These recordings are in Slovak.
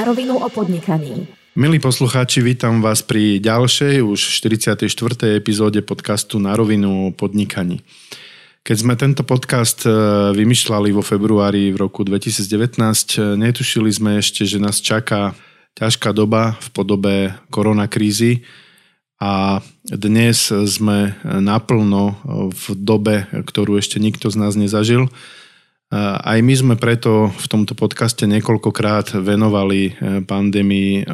Na rovinu o podnikaní. Milí poslucháči, vítam vás pri ďalšej, už 44. epizóde podcastu Na rovinu o podnikaní. Keď sme tento podcast vymýšľali vo februári v roku 2019, netušili sme ešte, že nás čaká ťažká doba v podobe koronakrízy a dnes sme naplno v dobe, ktorú ešte nikto z nás nezažil. Aj my sme preto v tomto podcaste niekoľkokrát venovali pandémii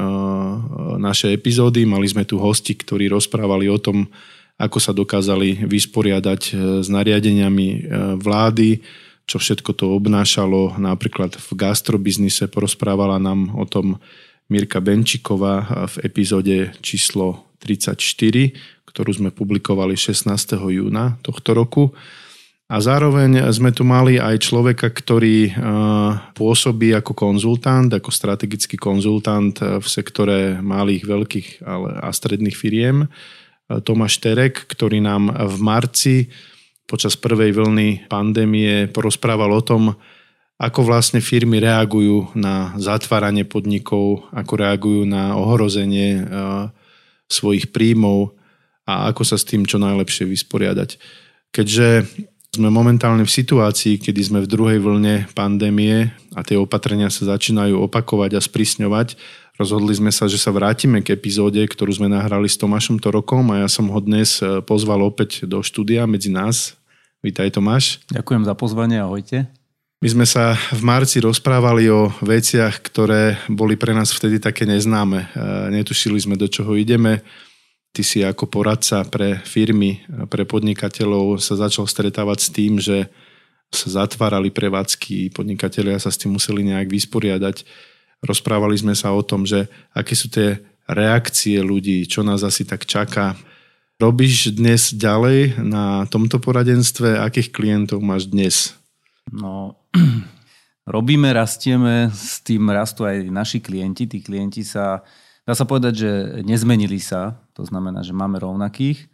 naše epizódy. Mali sme tu hosti, ktorí rozprávali o tom, ako sa dokázali vysporiadať s nariadeniami vlády, čo všetko to obnášalo. Napríklad v gastrobiznise porozprávala nám o tom Mirka Benčíková v epizóde číslo 34, ktorú sme publikovali 16. júna tohto roku. A zároveň sme tu mali aj človeka, ktorý pôsobí ako konzultant, ako strategický konzultant v sektore malých, veľkých a stredných firiem. Tomáš Terek, ktorý nám v marci počas prvej vlny pandémie porozprával o tom, ako vlastne firmy reagujú na zatváranie podnikov, ako reagujú na ohrozenie svojich príjmov a ako sa s tým čo najlepšie vysporiadať. Keďže sme momentálne v situácii, kedy sme v druhej vlne pandémie a tie opatrenia sa začínajú opakovať a sprísňovať. Rozhodli sme sa, že sa vrátime k epizóde, ktorú sme nahrali s Tomášom Torokom a ja som ho dnes pozval opäť do štúdia medzi nás. Vítaj, Tomáš. Ďakujem za pozvanie, ahojte. My sme sa v marci rozprávali o veciach, ktoré boli pre nás vtedy také neznáme. Netušili sme, do čoho ideme. Ty si ako poradca pre firmy, pre podnikateľov sa začal stretávať s tým, že sa zatvárali prevádzky, podnikatelia sa s tým museli nejak vysporiadať. Rozprávali sme sa o tom, že aké sú tie reakcie ľudí, čo nás asi tak čaká. Robíš dnes ďalej na tomto poradenstve? Akých klientov máš dnes? No, robíme, rastieme, s tým rastú aj naši klienti. Tí klienti sa, dá sa povedať, že nezmenili sa. To znamená, že máme rovnakých.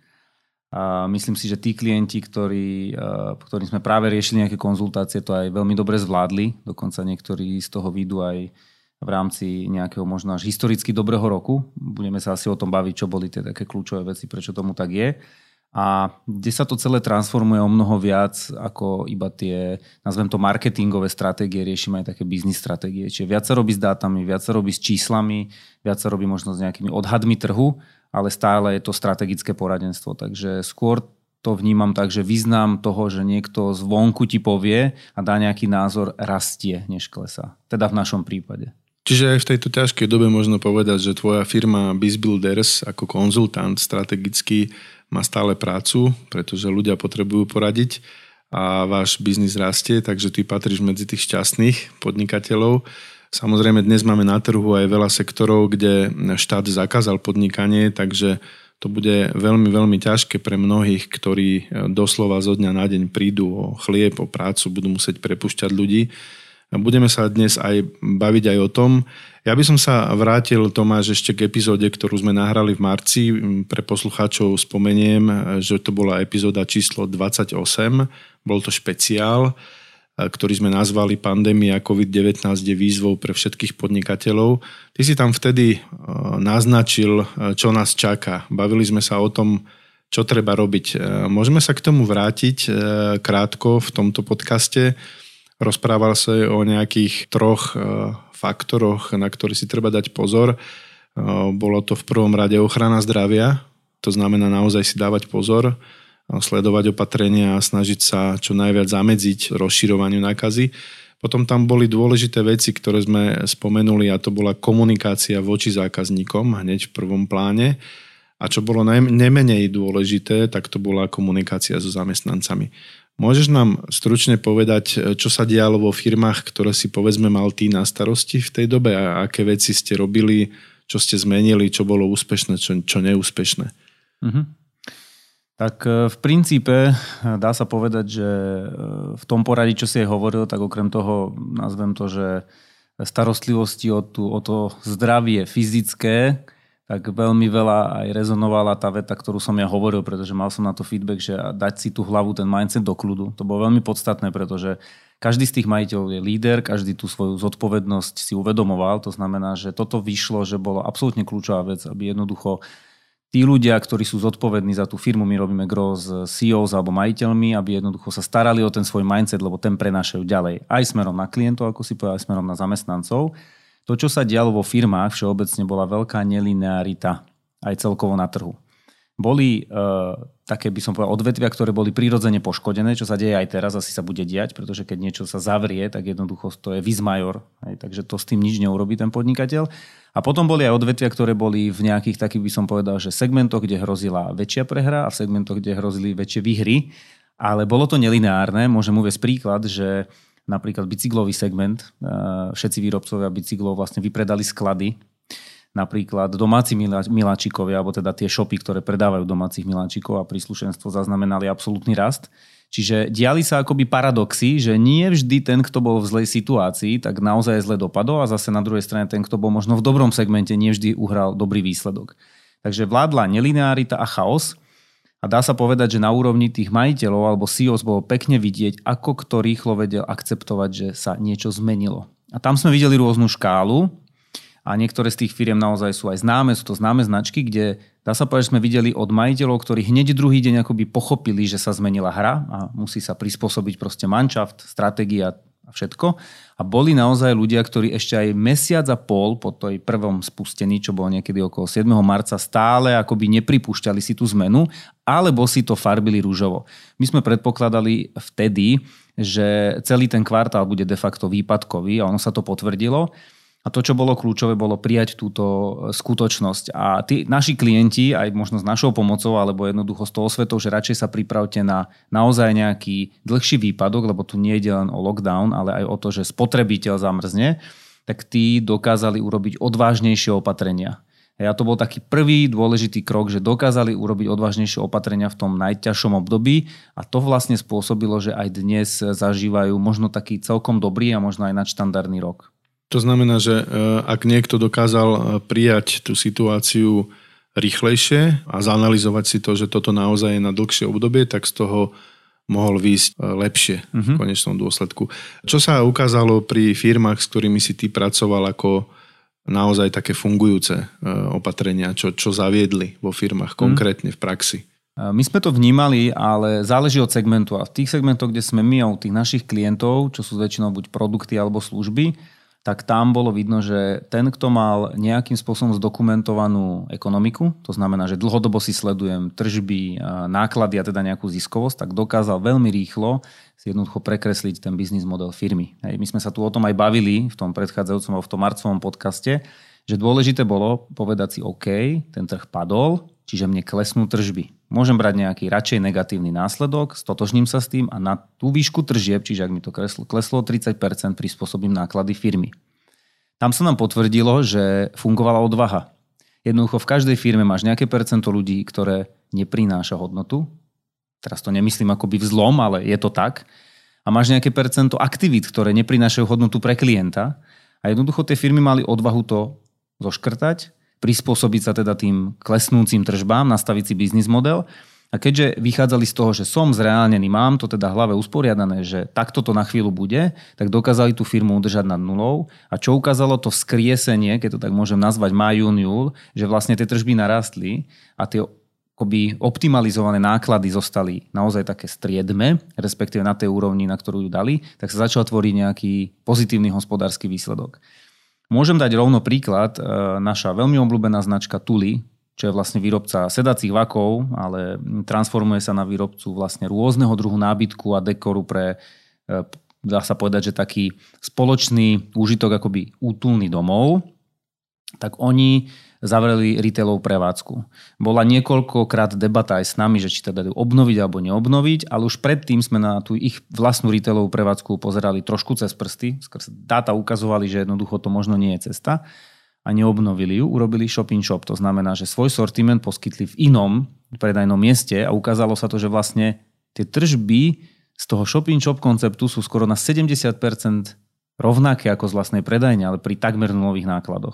A myslím si, že tí klienti, ktorým sme práve riešili nejaké konzultácie, to aj veľmi dobre zvládli. Dokonca niektorí z toho výjdu aj v rámci nejakého možno až historicky dobrého roku. Budeme sa asi o tom baviť, čo boli tie také kľúčové veci, prečo tomu tak je. A kde sa to celé transformuje o mnoho viac ako iba tie, nazvem to marketingové stratégie, riešime aj také business stratégie. Čiže viac sa robí s dátami, viac sa robí s číslami, viac sa robí možno s nejakými odhadmi trhu, ale stále je to strategické poradenstvo. Takže skôr to vnímam tak, že význam toho, že niekto zvonku ti povie a dá nejaký názor, rastie, než klesá. Teda v našom prípade. Čiže aj v tejto ťažkej dobe možno povedať, že tvoja firma BizBuilders ako konzultant strategický má stále prácu, pretože ľudia potrebujú poradiť a váš biznis rastie, takže ty patríš medzi tých šťastných podnikateľov. Samozrejme, dnes máme na trhu aj veľa sektorov, kde štát zakázal podnikanie, takže to bude veľmi, veľmi ťažké pre mnohých, ktorí doslova zo dňa na deň prídu o chlieb, o prácu, budú musieť prepúšťať ľudí. Budeme sa dnes aj baviť aj o tom. Ja by som sa vrátil, Tomáš, ešte k epizóde, ktorú sme nahrali v marci. Pre poslucháčov spomeniem, že to bola epizóda číslo 28. Bol to špeciál, ktorý sme nazvali Pandémia COVID-19 je výzvou pre všetkých podnikateľov. Ty si tam vtedy naznačil, čo nás čaká. Bavili sme sa o tom, čo treba robiť. Môžeme sa k tomu vrátiť krátko v tomto podcaste. Rozprával sa o nejakých troch faktoroch, na ktoré si treba dať pozor. Bolo to v prvom rade ochrana zdravia, to znamená naozaj si dávať pozor, sledovať opatrenia a snažiť sa čo najviac zamedziť rozširovaniu nákazy. Potom tam boli dôležité veci, ktoré sme spomenuli, a to bola komunikácia voči zákazníkom hneď v prvom pláne. A čo bolo nemenej dôležité, tak to bola komunikácia so zamestnancami. Môžeš nám stručne povedať, čo sa dialo vo firmách, ktoré si povedzme mal ty na starosti v tej dobe a aké veci ste robili, čo ste zmenili, čo bolo úspešné, čo neúspešné? Tak v princípe dá sa povedať, že v tom poradí, čo si aj hovoril, tak okrem toho, nazvem to, že starostlivosti o to zdravie fyzické, tak veľmi veľa aj rezonovala tá veta, ktorú som ja hovoril, pretože mal som na to feedback, že dať si tú hlavu, ten mindset do kľudu. To bolo veľmi podstatné, pretože každý z tých majiteľov je líder, každý tú svoju zodpovednosť si uvedomoval. To znamená, že toto vyšlo, že bolo absolútne kľúčová vec, aby jednoducho tí ľudia, ktorí sú zodpovední za tú firmu, my robíme gro s CEOs alebo majiteľmi, aby jednoducho sa starali o ten svoj mindset, lebo ten prenášajú ďalej. Aj smerom na klientov, ako si povedal, aj smerom na zamestnancov. To, čo sa dialo vo firmách, všeobecne bola veľká nelinearita aj celkovo na trhu. Boli také, by som povedal, odvetvia, ktoré boli prirodzene poškodené, čo sa deje aj teraz, asi sa bude diať, pretože keď niečo sa zavrie, tak jednoducho to je vis major, takže to s tým nič neurobí ten podnikateľ. A potom boli aj odvetvia, ktoré boli v nejakých takých, by som povedal, že segmentoch, kde hrozila väčšia prehra a v segmentoch, kde hrozili väčšie výhry, ale bolo to nelineárne. Môžem uvieť príklad, že napríklad bicyklový segment, všetci výrobcovia bicyklov vlastne vypredali sklady, napríklad domáci miláčikovia, alebo teda tie shopy, ktoré predávajú domácich miláčikov a príslušenstvo zaznamenali absolútny rast. Čiže diali sa akoby paradoxy, že nie vždy ten, kto bol v zlej situácii, tak naozaj zle dopadol a zase na druhej strane ten, kto bol možno v dobrom segmente, nie vždy uhral dobrý výsledok. Takže vládla nelinearita a chaos. A dá sa povedať, že na úrovni tých majiteľov alebo CEOs bolo pekne vidieť, ako kto rýchlo vedel akceptovať, že sa niečo zmenilo. A tam sme videli rôznu škálu a niektoré z tých firiem naozaj sú aj známe, sú to známe značky, kde dá sa povedať, že sme videli od majiteľov, ktorí hneď druhý deň akoby pochopili, že sa zmenila hra a musí sa prispôsobiť proste manšaft, stratégia a všetko. A boli naozaj ľudia, ktorí ešte aj mesiac a pol po tej prvom spustení, čo bolo niekedy okolo 7. marca, stále akoby nepripúšťali si tú zmenu, alebo si to farbili rúžovo. My sme predpokladali vtedy, že celý ten kvartál bude de facto výpadkový a ono sa to potvrdilo. A to, čo bolo kľúčové, bolo prijať túto skutočnosť. A tí naši klienti, aj možno s našou pomocou, alebo jednoducho s tou osvetou, že radšej sa pripravte na naozaj nejaký dlhší výpadok, lebo tu nie ide len o lockdown, ale aj o to, že spotrebiteľ zamrzne, tak tí dokázali urobiť odvážnejšie opatrenia. A to bol taký prvý dôležitý krok, že dokázali urobiť odvážnejšie opatrenia v tom najťažšom období a to vlastne spôsobilo, že aj dnes zažívajú možno taký celkom dobrý a možno aj nadštandardný rok. To znamená, že ak niekto dokázal prijať tú situáciu rýchlejšie a zaanalyzovať si to, že toto naozaj je na dlhšie obdobie, tak z toho mohol výjsť lepšie v konečnom dôsledku. Čo sa ukázalo pri firmách, s ktorými si ty pracoval, ako naozaj také fungujúce opatrenia, čo zaviedli vo firmách konkrétne v praxi? My sme to vnímali, ale záleží od segmentu. A v tých segmentoch, kde sme my a u tých našich klientov, čo sú väčšinou buď produkty alebo služby, tak tam bolo vidno, že ten, kto mal nejakým spôsobom zdokumentovanú ekonomiku, to znamená, že dlhodobo si sledujem tržby, náklady a teda nejakú ziskovosť, tak dokázal veľmi rýchlo si jednoducho prekresliť ten biznis model firmy. My sme sa tu o tom aj bavili v tom predchádzajúcom, v tom marcovom podcaste, že dôležité bolo povedať si OK, ten trh padol, čiže mne klesnú tržby. Môžem brať nejaký radšej negatívny následok, stotožním sa s tým a na tú výšku tržieb, čiže ak mi to kleslo 30%, prispôsobím náklady firmy. Tam sa nám potvrdilo, že fungovala odvaha. Jednoducho v každej firme máš nejaké percento ľudí, ktoré neprináša hodnotu. Teraz to nemyslím akoby v zlom, ale je to tak. A máš nejaké percento aktivít, ktoré neprinášajú hodnotu pre klienta. A jednoducho tie firmy mali odvahu to zoškrtať, prispôsobiť sa teda tým klesnúcim tržbám, nastaviť si biznis model. A keďže vychádzali z toho, že som zreálnený, mám to teda v hlave usporiadané, že takto to na chvíľu bude, tak dokázali tú firmu udržať nad nulou. A čo ukázalo to vzkriesenie, keď to tak môžem nazvať maj, jún, júl, že vlastne tie tržby narastli a tie akoby optimalizované náklady zostali naozaj také striedme, respektíve na tej úrovni, na ktorú ju dali, tak sa začal tvoriť nejaký pozitívny hospodársky výsledok. Môžem dať rovno príklad, naša veľmi obľúbená značka Tuli, čo je vlastne výrobca sedacích vakov, ale transformuje sa na výrobcu vlastne rôzneho druhu nábytku a dekoru pre, dá sa povedať, že taký spoločný úžitok akoby útulný domov, tak oni zavreli retailovú prevádzku. Bola niekoľkokrát debata aj s nami, že či teda obnoviť alebo neobnoviť, ale už predtým sme na tú ich vlastnú retailovú prevádzku pozerali trošku cez prsty. Skrz dáta ukazovali, že jednoducho to možno nie je cesta a neobnovili ju. Urobili shop-in-shop, to znamená, že svoj sortiment poskytli v inom predajnom mieste a ukázalo sa to, že vlastne tie tržby z toho shop-in-shop konceptu sú skoro na 70% rovnaké ako z vlastnej predajne, ale pri takmer nulových nákladoch.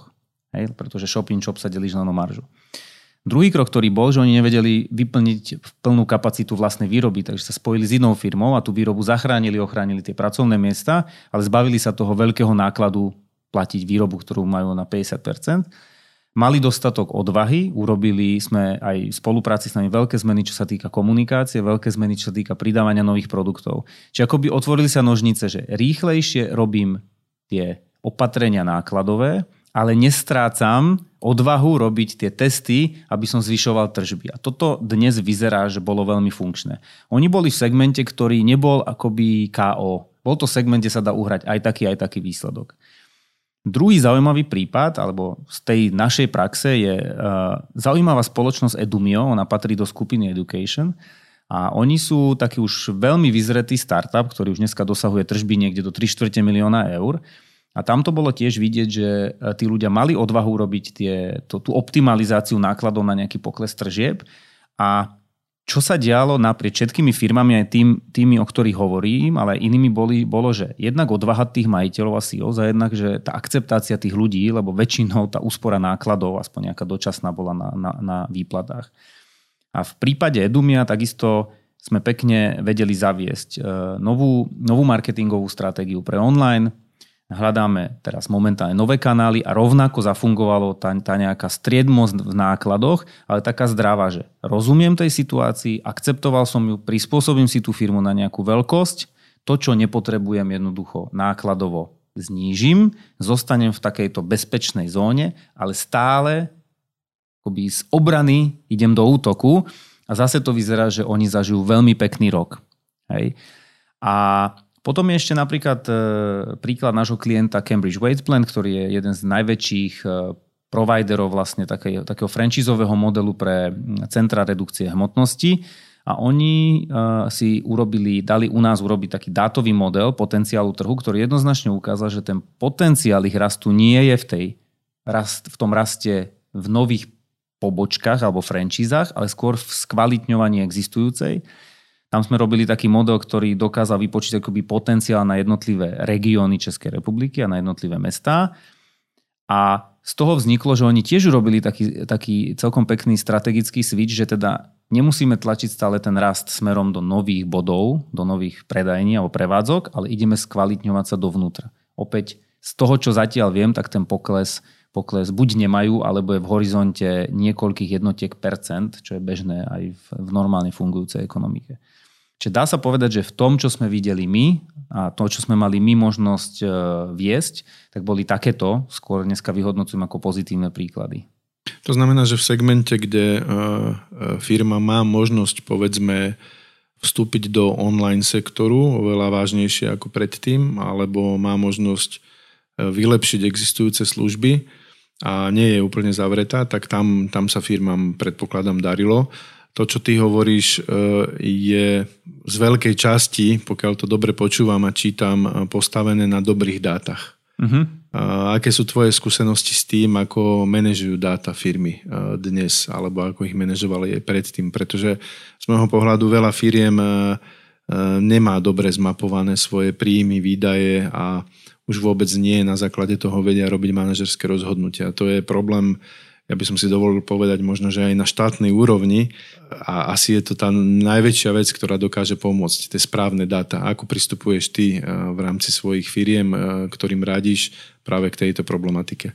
Hej? Pretože shop in shop sa delíš len o maržu. Druhý krok, ktorý bol, že oni nevedeli vyplniť plnú kapacitu vlastnej výroby, takže sa spojili s inou firmou a tú výrobu zachránili, ochránili tie pracovné miesta, ale zbavili sa toho veľkého nákladu platiť výrobu, ktorú majú na 50%. Mali dostatok odvahy, urobili sme aj v spolupráci s nami veľké zmeny, čo sa týka komunikácie, veľké zmeny, čo sa týka pridávania nových produktov. Čiže akoby otvorili sa nožnice, že rýchlejšie robím tie opatrenia nákladové, ale nestrácam odvahu robiť tie testy, aby som zvyšoval tržby. A toto dnes vyzerá, že bolo veľmi funkčné. Oni boli v segmente, ktorý nebol akoby KO. Bol to segment, kde sa dá uhrať aj taký výsledok. Druhý zaujímavý prípad, alebo z tej našej praxe je zaujímavá spoločnosť Edumio, ona patrí do skupiny Education a oni sú taký už veľmi vyzretý startup, ktorý už dneska dosahuje tržby niekde do 3/4 milióna eur. A tam to bolo tiež vidieť, že tí ľudia mali odvahu robiť tú optimalizáciu nákladov na nejaký pokles tržieb. A čo sa dialo naprieč všetkými firmami, aj tými, o ktorých hovorím, ale aj inými bolo, že jednak odvaha tých majiteľov a CEO, a jednak, že tá akceptácia tých ľudí, lebo väčšinou tá úspora nákladov, aspoň nejaká dočasná, bola na výplatách. A v prípade Edumia takisto sme pekne vedeli zaviesť novú marketingovú stratégiu pre online. Hľadáme teraz momentálne nové kanály a rovnako zafungovalo tá nejaká striedmosť v nákladoch, ale taká zdravá, že rozumiem tej situácii, akceptoval som ju, prispôsobím si tú firmu na nejakú veľkosť, to, čo nepotrebujem jednoducho nákladovo znížim, zostanem v takejto bezpečnej zóne, ale stále akoby z obrany idem do útoku a zase to vyzerá, že oni zažijú veľmi pekný rok. Hej. A potom je ešte napríklad príklad nášho klienta Cambridge Weight Plan, ktorý je jeden z najväčších providerov vlastne takého franchisového modelu pre centra redukcie hmotnosti. A oni si dali u nás urobiť taký dátový model potenciálu trhu, ktorý jednoznačne ukázal, že ten potenciál ich rastu nie je v tom raste v nových pobočkách alebo franchisách, ale skôr v skvalitňovaní existujúcej. Tam sme robili taký model, ktorý dokázal vypočítať akoby potenciál na jednotlivé regióny Českej republiky a na jednotlivé mestá. A z toho vzniklo, že oni tiež urobili taký celkom pekný strategický switch, že teda nemusíme tlačiť stále ten rast smerom do nových bodov, do nových predajní alebo prevádzok, ale ideme skvalitňovať sa dovnútra. Opäť z toho, čo zatiaľ viem, tak ten pokles buď nemajú, alebo je v horizonte niekoľkých jednotiek percent, čo je bežné aj v normálne fungujúcej ekonomike. Čiže dá sa povedať, že v tom, čo sme videli my a to, čo sme mali my možnosť viesť, tak boli takéto, skôr dneska vyhodnocujem ako pozitívne príklady. To znamená, že v segmente, kde firma má možnosť, povedzme, vstúpiť do online sektoru oveľa vážnejšie ako predtým, alebo má možnosť vylepšiť existujúce služby a nie je úplne zavretá, tak tam sa firmám, predpokladám, darilo. To, čo ty hovoríš, je z veľkej časti, pokiaľ to dobre počúvam a čítam, postavené na dobrých dátach. Uh-huh. Aké sú tvoje skúsenosti s tým, ako manažujú dáta firmy dnes, alebo ako ich manažovali aj predtým? Pretože z môjho pohľadu veľa firiem nemá dobre zmapované svoje príjmy, výdaje a už vôbec nie na základe toho vedia robiť manažerské rozhodnutia. To je problém, ja by som si dovolil povedať možno, že aj na štátnej úrovni a asi je to tá najväčšia vec, ktorá dokáže pomôcť, tie správne dáta. Ako pristupuješ ty v rámci svojich firiem, ktorým radíš práve k tejto problematike?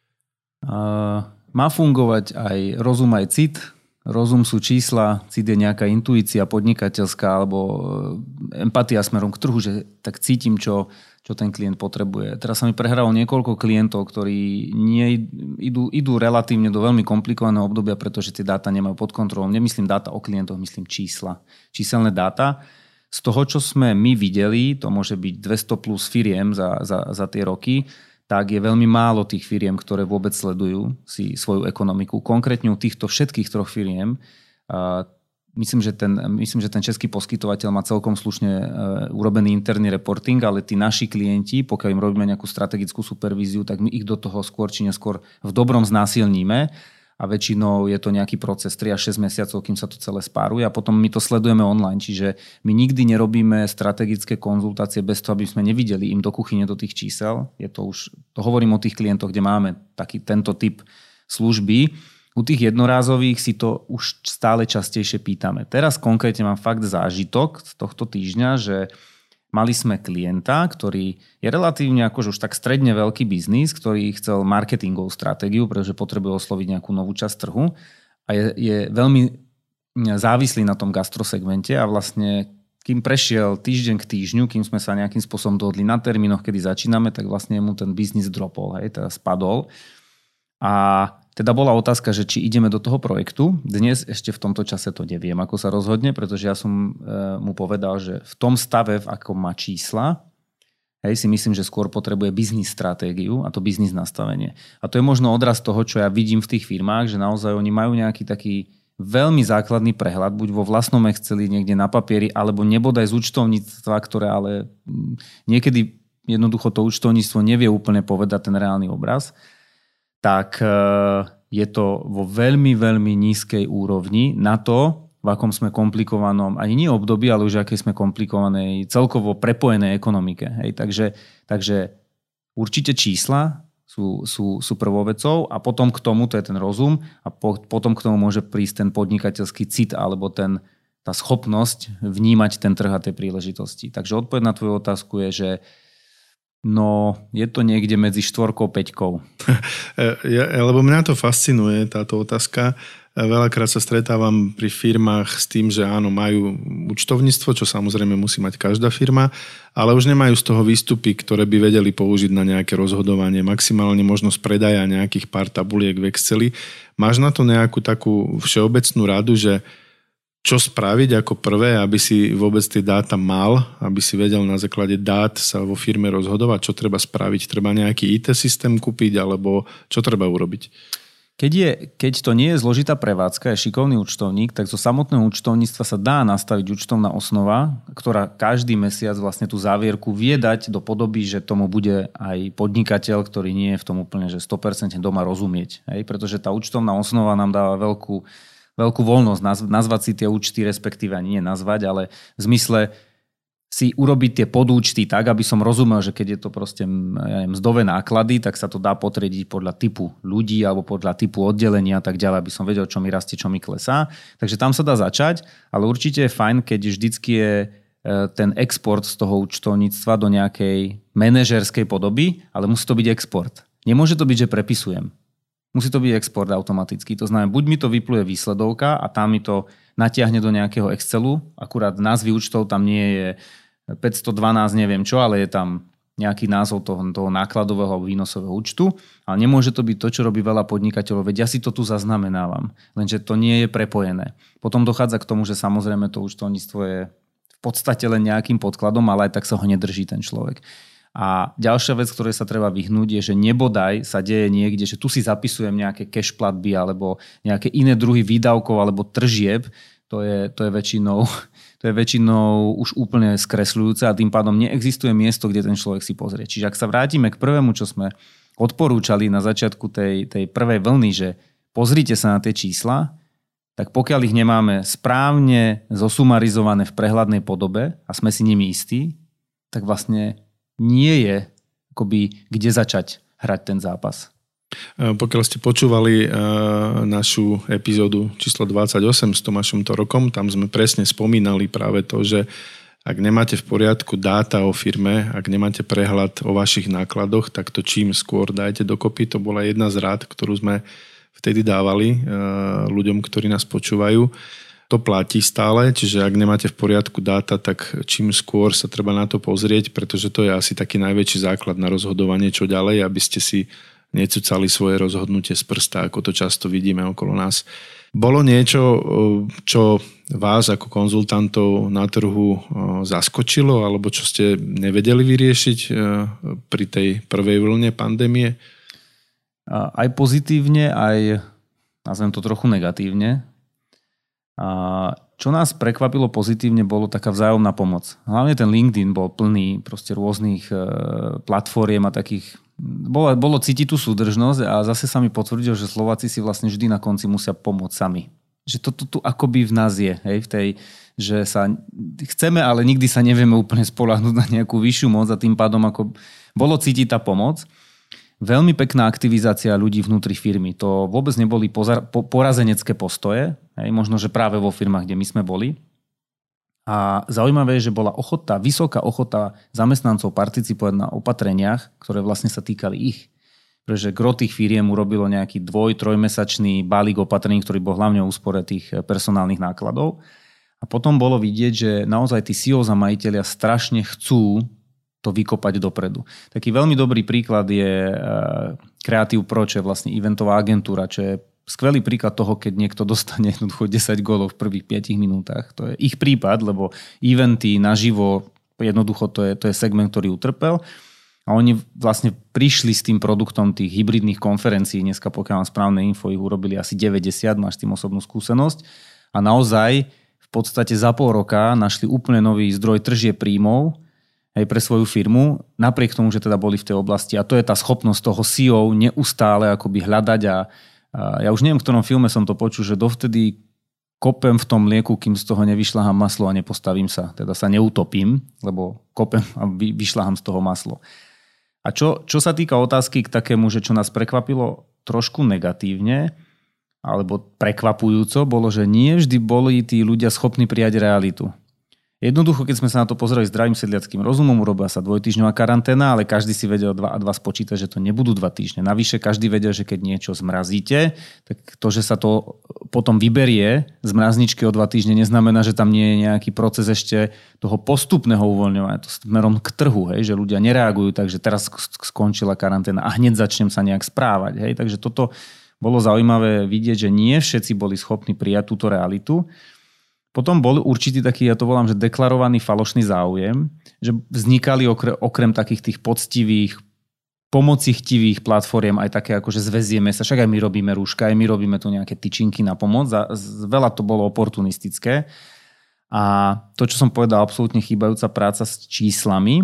Má fungovať aj rozum, aj cit. Rozum sú čísla, cit je nejaká intuícia podnikateľská alebo empatia smerom k trhu, že tak cítim, čo ten klient potrebuje. Teraz sa mi prehralo niekoľko klientov, ktorí idú relatívne do veľmi komplikovaného obdobia, pretože tie dáta nemajú pod kontrolou. Nemyslím dáta o klientoch, myslím čísla. Číselné dáta. Z toho, čo sme my videli, to môže byť 200 plus firiem za tie roky, tak je veľmi málo tých firiem, ktoré vôbec sledujú si svoju ekonomiku. Konkrétne u týchto všetkých troch firiem myslím, že ten český poskytovateľ má celkom slušne urobený interný reporting, ale tí naši klienti, pokiaľ im robíme nejakú strategickú supervíziu, tak my ich do toho skôr či neskôr v dobrom znásilníme a väčšinou je to nejaký proces 3 až 6 mesiacov, kým sa to celé spáruje a potom my to sledujeme online. Čiže my nikdy nerobíme strategické konzultácie bez toho, aby sme nevideli im do kuchyne do tých čísel. To hovorím o tých klientoch, kde máme tento typ služby. U tých jednorázových si to už stále častejšie pýtame. Teraz konkrétne mám fakt zážitok z tohto týždňa, že mali sme klienta, ktorý je relatívne akože už tak stredne veľký biznis, ktorý chcel marketingovú stratégiu, pretože potrebuje osloviť nejakú novú časť trhu a je veľmi závislý na tom gastrosegmente a vlastne kým prešiel týždeň k týždňu, kým sme sa nejakým spôsobom dohodli na termínoch, kedy začíname, tak vlastne mu ten biznis dropol, teda spadol. A teda bola otázka, že či ideme do toho projektu. Dnes ešte v tomto čase to neviem, ako sa rozhodne, pretože ja som mu povedal, že v tom stave, v akom má čísla, si myslím, že skôr potrebuje biznis stratégiu a to biznis nastavenie. A to je možno odraz toho, čo ja vidím v tých firmách, že naozaj oni majú nejaký taký veľmi základný prehľad, buď vo vlastnom Exceli, niekde na papieri, alebo nebodaj z účtovníctva, ktoré ale niekedy jednoducho to účtovníctvo nevie úplne povedať ten reálny obraz. Tak je to vo veľmi, veľmi nízkej úrovni na to, v akom sme komplikovanom, ani nie období, ale už akej sme komplikovanej celkovo prepojenej ekonomike. Takže určite čísla sú prvou vecou a potom k tomu, to je ten rozum, a potom k tomu môže prísť ten podnikateľský cit alebo tá schopnosť vnímať ten trh a tie príležitosti. Takže odpoveď na tvoju otázku je, že je to niekde medzi 4 a 5. Lebo mňa to fascinuje, táto otázka. Veľakrát sa stretávam pri firmách s tým, že áno, majú účtovníctvo, čo samozrejme musí mať každá firma, ale už nemajú z toho výstupy, ktoré by vedeli použiť na nejaké rozhodovanie. Maximálne možnosť predaja nejakých pár tabuliek v Exceli. Máš na to nejakú takú všeobecnú radu, že čo spraviť ako prvé, aby si vôbec tie dáta mal, aby si vedel na základe dát sa vo firme rozhodovať, čo treba spraviť? Treba nejaký IT systém kúpiť, alebo čo treba urobiť? Keď to nie je zložitá prevádzka, je šikovný účtovník, tak zo samotného účtovníctva sa dá nastaviť účtovná osnova, ktorá každý mesiac vlastne tú závierku vie dať do podoby, že tomu bude aj podnikateľ, ktorý nie je v tom úplne že 100% doma rozumieť. Pretože tá účtovná osnova nám dáva veľkú voľnosť nazvať si tie účty, respektíve ani nie nazvať, ale v zmysle si urobiť tie podúčty tak, aby som rozumel, že keď je to proste mzdové náklady, tak sa to dá potriediť podľa typu ľudí alebo podľa typu oddelenia a tak ďalej, aby som vedel, čo mi rastie, čo mi klesá. Takže tam sa dá začať, ale určite je fajn, keď vždycky je ten export z toho účtovníctva do nejakej manažerskej podoby, ale musí to byť export. Nemôže to byť, že prepisujem. Musí to byť export automaticky. To znamená, buď mi to vypluje výsledovka a tam mi to natiahne do nejakého Excelu, akurát názvy účtov tam nie je 512 neviem čo, ale je tam nejaký názov toho nákladového alebo výnosového účtu, ale nemôže to byť to, čo robí veľa podnikateľov, veď ja si to tu zaznamenávam, lenže to nie je prepojené. Potom dochádza k tomu, že samozrejme to účtovníctvo je v podstate len nejakým podkladom, ale aj tak sa ho nedrží ten človek. A ďalšia vec, ktorej sa treba vyhnúť, je, že nebodaj sa deje niekde, že tu si zapisujem nejaké cash platby alebo nejaké iné druhy výdavkov alebo tržieb. To je väčšinou už úplne skresľujúce a tým pádom neexistuje miesto, kde ten človek si pozrie. Čiže ak sa vrátime k prvému, čo sme odporúčali na začiatku tej prvej vlny, že pozrite sa na tie čísla, tak pokiaľ ich nemáme správne zosumarizované v prehľadnej podobe a sme si nimi istí, tak vlastne nie je akoby kde začať hrať ten zápas. Pokiaľ ste počúvali našu epizódu číslo 28 s Tomášom Torokom, tam sme presne spomínali práve to, že ak nemáte v poriadku dáta o firme, ak nemáte prehľad o vašich nákladoch, tak to čím skôr dajte dokopy. To bola jedna z rád, ktorú sme vtedy dávali ľuďom, ktorí nás počúvajú. To platí stále, čiže ak nemáte v poriadku dáta, tak čím skôr sa treba na to pozrieť, pretože to je asi taký najväčší základ na rozhodovanie, čo ďalej, aby ste si necucali svoje rozhodnutie z prsta, ako to často vidíme okolo nás. Bolo niečo, čo vás ako konzultantov na trhu zaskočilo, alebo čo ste nevedeli vyriešiť pri tej prvej vlne pandémie? Aj pozitívne, aj nazvem to trochu negatívne. A čo nás prekvapilo pozitívne, bolo taká vzájomná pomoc. Hlavne ten LinkedIn bol plný proste rôznych platformiem a takých Bolo cítiť tú súdržnosť a zase sa mi potvrdilo, že Slováci si vlastne vždy na konci musia pomôcť sami. Že toto tu akoby v nás je, hej, v tej, že sa chceme, ale nikdy sa nevieme úplne spoľahnúť na nejakú vyššiu moc a tým pádom ako bolo cítiť tá pomoc. Veľmi pekná aktivizácia ľudí vnútri firmy. To vôbec neboli porazenecké postoje, hej, možno, že práve vo firmách, kde my sme boli. A zaujímavé je, že bola vysoká ochota zamestnancov participovať na opatreniach, ktoré vlastne sa týkali ich. Pretože gro tých firiem urobilo nejaký 2-3-mesačný balík opatrení, ktorý bol hlavne o úspore tých personálnych nákladov. A potom bolo vidieť, že naozaj tí CEO a majitelia strašne chcú to vykopať dopredu. Taký veľmi dobrý príklad je Creative Pro, čo je vlastne eventová agentúra, čo je skvelý príklad toho, keď niekto dostane jednoducho 10 gólov v prvých 5 minútach. To je ich prípad, lebo eventy naživo, jednoducho to je segment, ktorý utrpel. A oni vlastne prišli s tým produktom tých hybridných konferencií. Dneska, pokiaľ mám správne info, ich urobili asi 90, máš tým osobnú skúsenosť. A naozaj v podstate za pol roka našli úplne nový zdroj tržieb príjmov aj pre svoju firmu, napriek tomu, že teda boli v tej oblasti. A to je tá schopnosť toho CEO neustále akoby hľadať a ja už neviem, v ktorom filme som to počul, že dovtedy kopem v tom mlieku, kým z toho nevyšľahám maslo a nepostavím sa. Teda sa neutopím, lebo kopem a vyšľahám z toho maslo. A čo sa týka otázky k takému, že čo nás prekvapilo trošku negatívne, alebo prekvapujúco, bolo, že nie vždy boli tí ľudia schopní prijať realitu. Jednoducho, keď sme sa na to pozreli zdravým sedliackým rozumom, urobila sa 2-týždňová karanténa, ale každý si vedel 2 a 2 spočítať, že to nebudú 2 týždne. Navyše každý vedel, že keď niečo zmrazíte, tak to, že sa to potom vyberie z mrazničky o 2 týždne, neznamená, že tam nie je nejaký proces ešte toho postupného uvoľňovania. To smerom k trhu, hej, že ľudia nereagujú, takže teraz skončila karanténa a hneď začnem sa nejak správať. Hej. Takže toto bolo zaujímavé vidieť, že nie všetci boli schopní prijať túto realitu. Potom bol určitý taký, ja to volám, že deklarovaný falošný záujem, že vznikali okrem takých tých poctivých, pomocichtivých platform aj také ako, že zväzieme sa, však aj my robíme rúška, aj my robíme tu nejaké tyčinky na pomoc a veľa to bolo oportunistické. A to, čo som povedal, absolútne chýbajúca práca s číslami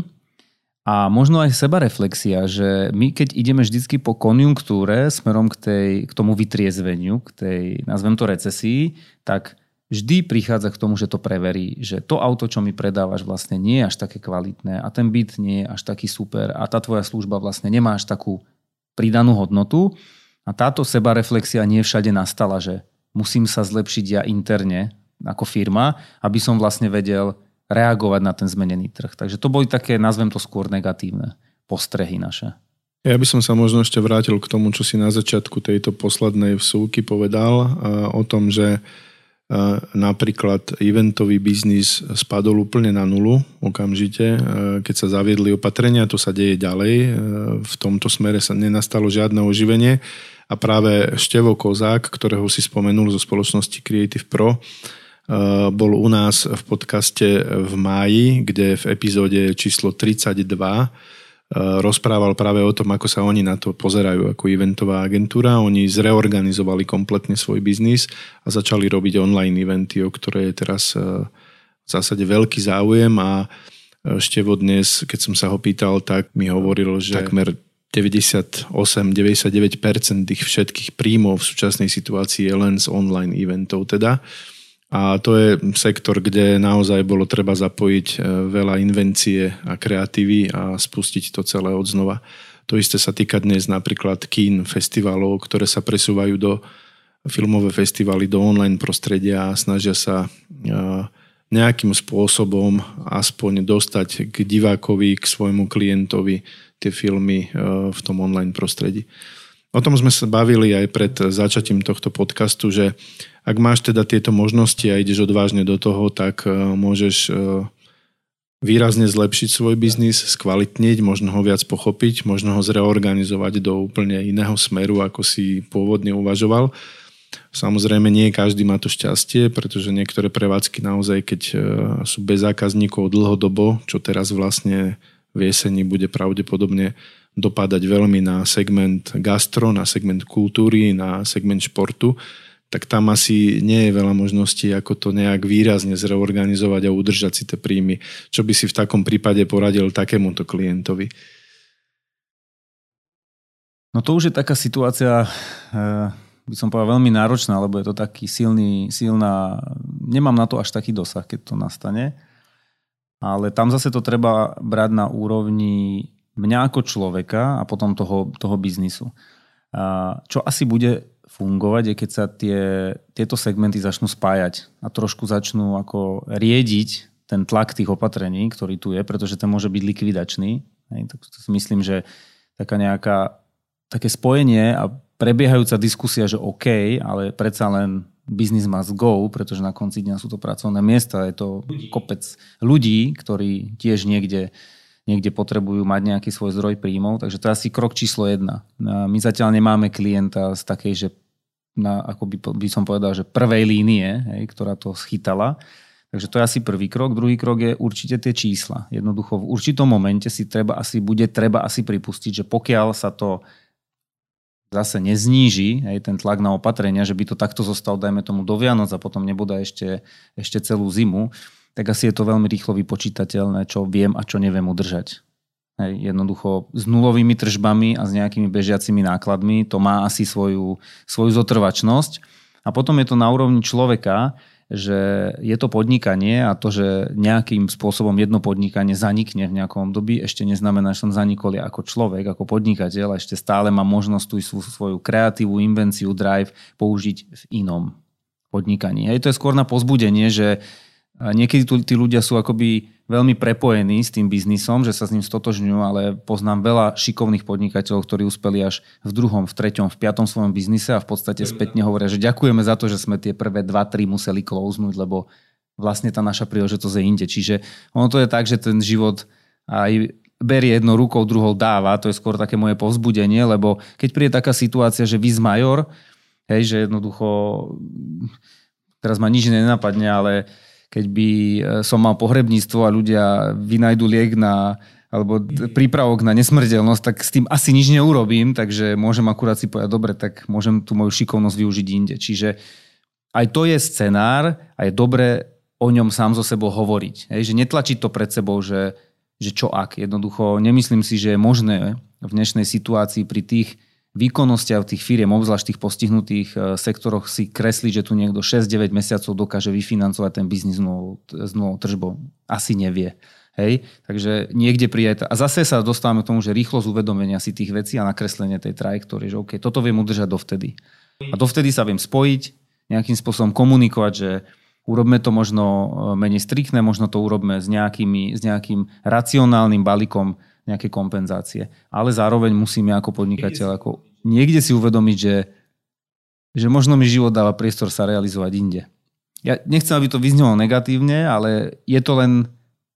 a možno aj sebareflexia, že my keď ideme vždycky po konjunktúre smerom k tomu vytriezveniu, k tej, nazvem to recesii, tak vždy prichádza k tomu, že to preverí, že to auto, čo mi predávaš, vlastne nie je až také kvalitné a ten byt nie je až taký super a tá tvoja služba vlastne nemá až takú pridanú hodnotu a táto sebareflexia nie všade nastala, že musím sa zlepšiť ja interne ako firma, aby som vlastne vedel reagovať na ten zmenený trh. Takže to boli také, nazvem to skôr negatívne postrehy naše. Ja by som sa možno ešte vrátil k tomu, čo si na začiatku tejto poslednej vsúky povedal o tom, že napríklad eventový biznis spadol úplne na nulu okamžite, keď sa zaviedli opatrenia, to sa deje ďalej. V tomto smere sa nenastalo žiadne oživenie a práve Števo Kozák, ktorého si spomenul zo spoločnosti Creative Pro, bol u nás v podcaste v máji, kde v epizóde číslo 32 rozprával práve o tom, ako sa oni na to pozerajú ako eventová agentúra. Oni zreorganizovali kompletne svoj biznis a začali robiť online eventy, o ktoré je teraz v zásade veľký záujem a Števo dnes, keď som sa ho pýtal, tak mi hovoril, že takmer 98-99% tých všetkých príjmov v súčasnej situácii je len z online eventov teda. A to je sektor, kde naozaj bolo treba zapojiť veľa invencie a kreatívy a spustiť to celé odznova. To isté sa týka dnes napríklad kín, festivalov, ktoré sa presúvajú do filmové festivaly, do online prostredia a snažia sa nejakým spôsobom aspoň dostať k divákovi, k svojmu klientovi tie filmy v tom online prostredí. O tom sme sa bavili aj pred začatím tohto podcastu, že ak máš teda tieto možnosti a ideš odvážne do toho, tak môžeš výrazne zlepšiť svoj biznis, skvalitniť, možno ho viac pochopiť, možno ho zreorganizovať do úplne iného smeru, ako si pôvodne uvažoval. Samozrejme, nie každý má to šťastie, pretože niektoré prevádzky naozaj, keď sú bez zákazníkov dlhodobo, čo teraz vlastne v jeseni bude pravdepodobne dopadať veľmi na segment gastro, na segment kultúry, na segment športu, tak tam asi nie je veľa možností, ako to nejak výrazne zreorganizovať a udržať si tie príjmy. Čo by si v takom prípade poradil takémuto klientovi? No to už je taká situácia, by som povedal, veľmi náročná, lebo je to taký silná, nemám na to až taký dosah, keď to nastane. Ale tam zase to treba brať na úrovni mňa ako človeka a potom toho biznisu. Čo asi bude fungovať, je keď sa tieto segmenty začnú spájať a trošku začnú ako riediť ten tlak tých opatrení, ktorý tu je, pretože ten môže byť likvidačný. Tak to si myslím, že také spojenie a prebiehajúca diskusia, že OK, ale predsa len business must go, pretože na konci dňa sú to pracovné miesta, je to kopec ľudí, ktorí tiež niekde potrebujú mať nejaký svoj zdroj príjmov, takže to je asi krok číslo 1. My zatiaľ nemáme klienta z takej, že ako by som povedal, že prvej línie, ktorá to schytala. Takže to je asi prvý krok. Druhý krok je určite tie čísla. Jednoducho v určitom momente bude treba pripustiť, že pokiaľ sa to zase nezníži ten tlak na opatrenia, že by to takto zostalo, dajme tomu do Vianoc a potom nebude ešte celú zimu, tak asi je to veľmi rýchlo vypočítateľné, čo viem a čo neviem udržať. Jednoducho s nulovými tržbami a s nejakými bežiacimi nákladmi to má asi svoju zotrvačnosť. A potom je to na úrovni človeka, že je to podnikanie a to, že nejakým spôsobom jedno podnikanie zanikne v nejakom období, ešte neznamená, že som zanikol ja ako človek, ako podnikateľ, a ešte stále mám možnosť tú svoju kreatívu, invenciu, drive použiť v inom podnikaní. To je skôr na povzbudenie, že niekedy tí ľudia sú akoby veľmi prepojení s tým biznisom, že sa s ním stotožňujú, ale poznám veľa šikovných podnikateľov, ktorí uspeli až v 2., v 3., v 5. svojom biznise a v podstate spätne hovoria, že ďakujeme za to, že sme tie prvé 2-3 museli closenúť, lebo vlastne tá naša príležitosť je inde. Čiže ono to je tak, že ten život aj berie jednou rukou, druhou dáva. To je skôr také moje povzbudenie, lebo keď príde taká situácia, že vis major, že jednoducho teraz ma nič nenapadne, ale keď by som mal pohrebníctvo a ľudia vynajdu liek alebo prípravok na nesmrteľnosť, tak s tým asi nič neurobím, takže môžem akurát si povedať, dobre, tak môžem tú moju šikovnosť využiť inde. Čiže aj to je scenár a je dobre o ňom sám so sebou hovoriť. Že netlačiť to pred sebou, že čo ak. Jednoducho nemyslím si, že je možné v dnešnej situácii pri tých výkonnostiach tých firiem, obzvlášť tých postihnutých sektoroch, si kresliť, že tu niekto 6-9 mesiacov dokáže vyfinancovať ten biznis s novou tržbou. Asi nevie. Takže niekde príde. A zase sa dostávame k tomu, že rýchlosť uvedomenia si tých vecí a nakreslenie tej trajektórie, že OK, toto viem udržať dovtedy. A dovtedy sa viem spojiť, nejakým spôsobom komunikovať, že urobme to možno menej striktné, možno to urobme s nejakým racionálnym balíkom nejaké kompenzácie. Ale zároveň musíme ako podnikateľ niekde si uvedomiť, že možno mi život dáva priestor sa realizovať inde. Ja nechcem, aby to vyznelo negatívne, ale je to len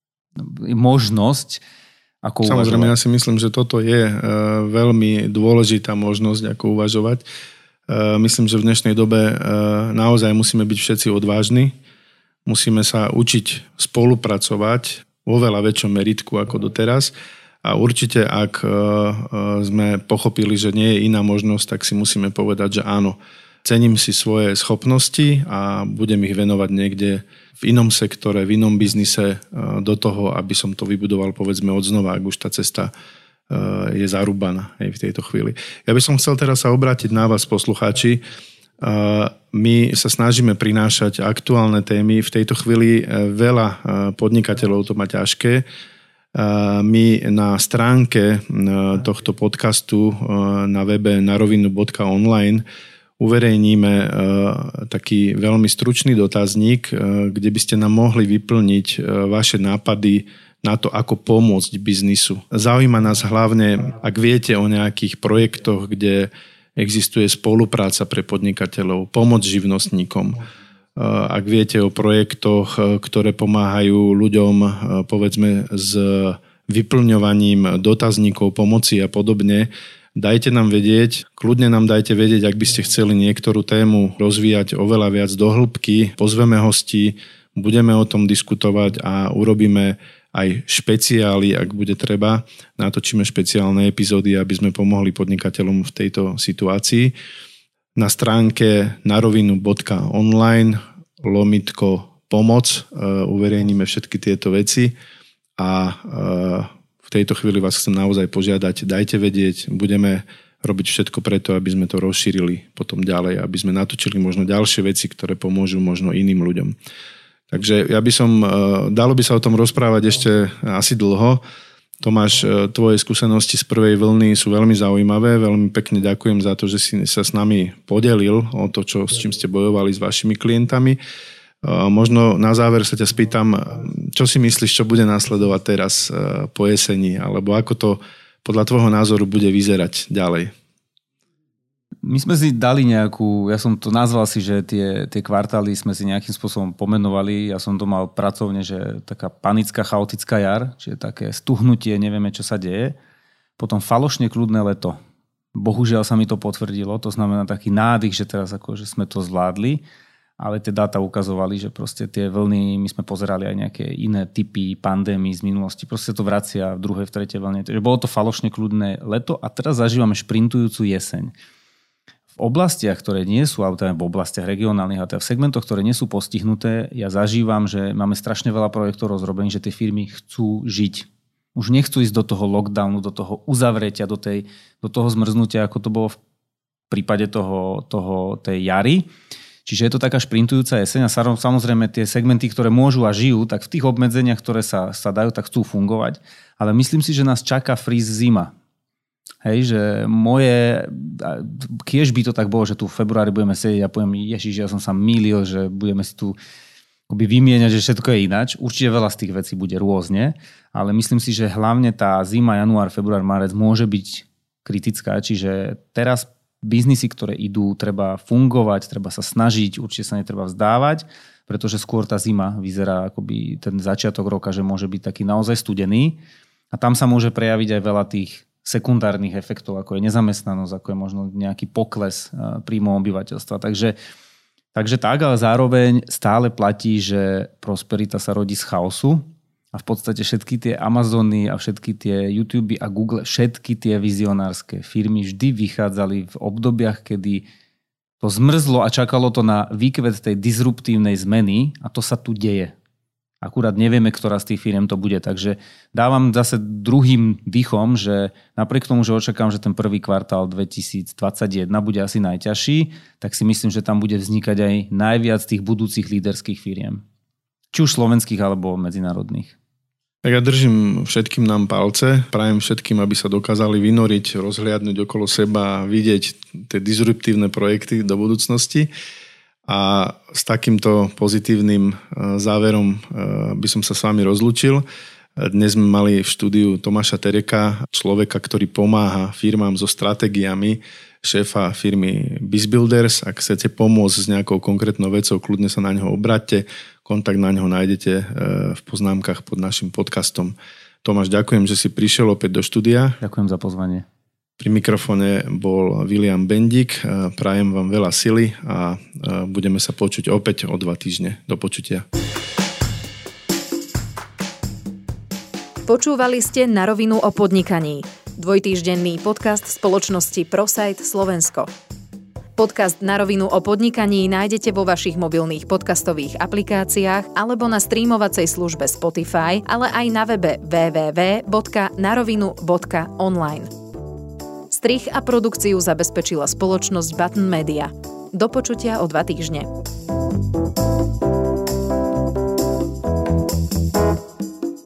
možnosť, ako uvažovať. Samozrejme, ja si myslím, že toto je veľmi dôležitá možnosť, ako uvažovať. Myslím, že v dnešnej dobe naozaj musíme byť všetci odvážni. Musíme sa učiť spolupracovať vo veľa väčšom meritku ako doteraz. A určite, ak sme pochopili, že nie je iná možnosť, tak si musíme povedať, že áno, cením si svoje schopnosti a budem ich venovať niekde v inom sektore, v inom biznise do toho, aby som to vybudoval, povedzme, odznova, ak už tá cesta je zarúbaná v tejto chvíli. Ja by som chcel teraz sa obrátiť na vás, poslucháči. My sa snažíme prinášať aktuálne témy. V tejto chvíli veľa podnikateľov to má ťažké. My na stránke tohto podcastu na webe narovinu.online uverejníme taký veľmi stručný dotazník, kde by ste nám mohli vyplniť vaše nápady na to, ako pomôcť biznisu. Zaujíma nás hlavne, ak viete o nejakých projektoch, kde existuje spolupráca pre podnikateľov, pomoc živnostníkom. Ak viete o projektoch, ktoré pomáhajú ľuďom, povedzme, s vyplňovaním dotazníkov, pomoci a podobne, dajte nám vedieť, kľudne nám dajte vedieť, ak by ste chceli niektorú tému rozvíjať oveľa viac do hĺbky, pozveme hostí, budeme o tom diskutovať a urobíme aj špeciály, ak bude treba, natočíme špeciálne epizódy, aby sme pomohli podnikateľom v tejto situácii. Na stránke narovinu.online /pomoc uverejníme všetky tieto veci a v tejto chvíli vás chcem naozaj požiadať, dajte vedieť, budeme robiť všetko preto, aby sme to rozšírili potom ďalej, aby sme natočili možno ďalšie veci, ktoré pomôžu možno iným ľuďom. Takže dalo by sa o tom rozprávať ešte asi dlho. Tomáš, tvoje skúsenosti z prvej vlny sú veľmi zaujímavé. Veľmi pekne ďakujem za to, že si sa s nami podelil o to, s čím ste bojovali s vašimi klientami. Možno na záver sa ťa spýtam, čo si myslíš, čo bude nasledovať teraz po jeseni, alebo ako to podľa tvojho názoru bude vyzerať ďalej? My sme si dali nejakú, ja som to nazval si, že tie kvartály sme si nejakým spôsobom pomenovali. Ja som to mal pracovne, že taká panická, chaotická jar, čiže také stuhnutie, nevieme, čo sa deje. Potom falošne kľudné leto. Bohužiaľ sa mi to potvrdilo, to znamená taký nádych, že teraz akože sme to zvládli. Ale tie dáta ukazovali, že proste tie vlny, my sme pozerali aj nejaké iné typy pandémií z minulosti. Proste to vracia v druhej, v tretej vlne. Takže bolo to falošne kľudné leto a teraz zažívame šprintujúcu jeseň. V oblastiach, ktoré nie sú, alebo v oblastiach regionálnych, a v segmentoch, ktoré nie sú postihnuté, ja zažívam, že máme strašne veľa projektov rozrobených, že tie firmy chcú žiť. Už nechcú ísť do toho lockdownu, do toho uzavretia, do toho zmrznutia, ako to bolo v prípade tej jary. Čiže je to taká šprintujúca jeseň a samozrejme tie segmenty, ktoré môžu a žijú, tak v tých obmedzeniach, ktoré sa dajú, tak chcú fungovať. Ale myslím si, že nás čaká freeze zima. Hej, že kiež by to tak bolo, že tu v februári budeme sedieť a poviem, ježiš, ja som sa mýlil, že budeme si tu vymieňať, že všetko je ináč. Určite veľa z tých vecí bude rôzne, ale myslím si, že hlavne tá zima, január, február, marec môže byť kritická, čiže teraz biznisy, ktoré idú, treba fungovať, treba sa snažiť, určite sa netreba vzdávať, pretože skôr tá zima vyzerá akoby ten začiatok roka, že môže byť taký naozaj studený a tam sa môže prejaviť aj veľa tých sekundárnych efektov, ako je nezamestnanosť, ako je možno nejaký pokles príjmov obyvateľstva. Takže tak, ale zároveň stále platí, že prosperita sa rodí z chaosu. A v podstate všetky tie Amazony a všetky tie YouTube a Google, všetky tie vizionárske firmy vždy vychádzali v obdobiach, kedy to zmrzlo a čakalo to na výkvet tej disruptívnej zmeny a to sa tu deje. Akurát nevieme, ktorá z tých firiem to bude. Takže dávam zase druhým dýchom, že napriek tomu, že očakám, že ten prvý kvartál 2021 bude asi najťažší, tak si myslím, že tam bude vznikať aj najviac tých budúcich líderských firiem. Či už slovenských alebo medzinárodných. Tak ja držím všetkým nám palce, prajem všetkým, aby sa dokázali vynoriť, rozhliadnuť okolo seba a vidieť tie disruptívne projekty do budúcnosti. A s takýmto pozitívnym záverom by som sa s vami rozlúčil. Dnes sme mali v štúdiu Tomáša Tereka, človeka, ktorý pomáha firmám so stratégiami, šéfa firmy BizBuilders. Ak chcete pomôcť s nejakou konkrétnou vecou, kľudne sa na neho obráťte. Kontakt na neho nájdete v poznámkach pod našim podcastom. Tomáš, ďakujem, že si prišiel opäť do štúdia. Ďakujem za pozvanie. Pri mikrofóne bol William Bendík. Prajem vám veľa sily a budeme sa počuť opäť o 2 týždne. Do počutia. Počúvali ste Na rovinu o podnikaní. Dvojtýždenný podcast spoločnosti ProSite Slovensko. Podcast Na rovinu o podnikaní nájdete vo vašich mobilných podcastových aplikáciách alebo na streamovacej službe Spotify, ale aj na webe www.narovinu.online. Strih a produkciu zabezpečila spoločnosť Button Media. Do počutia o 2 týždne.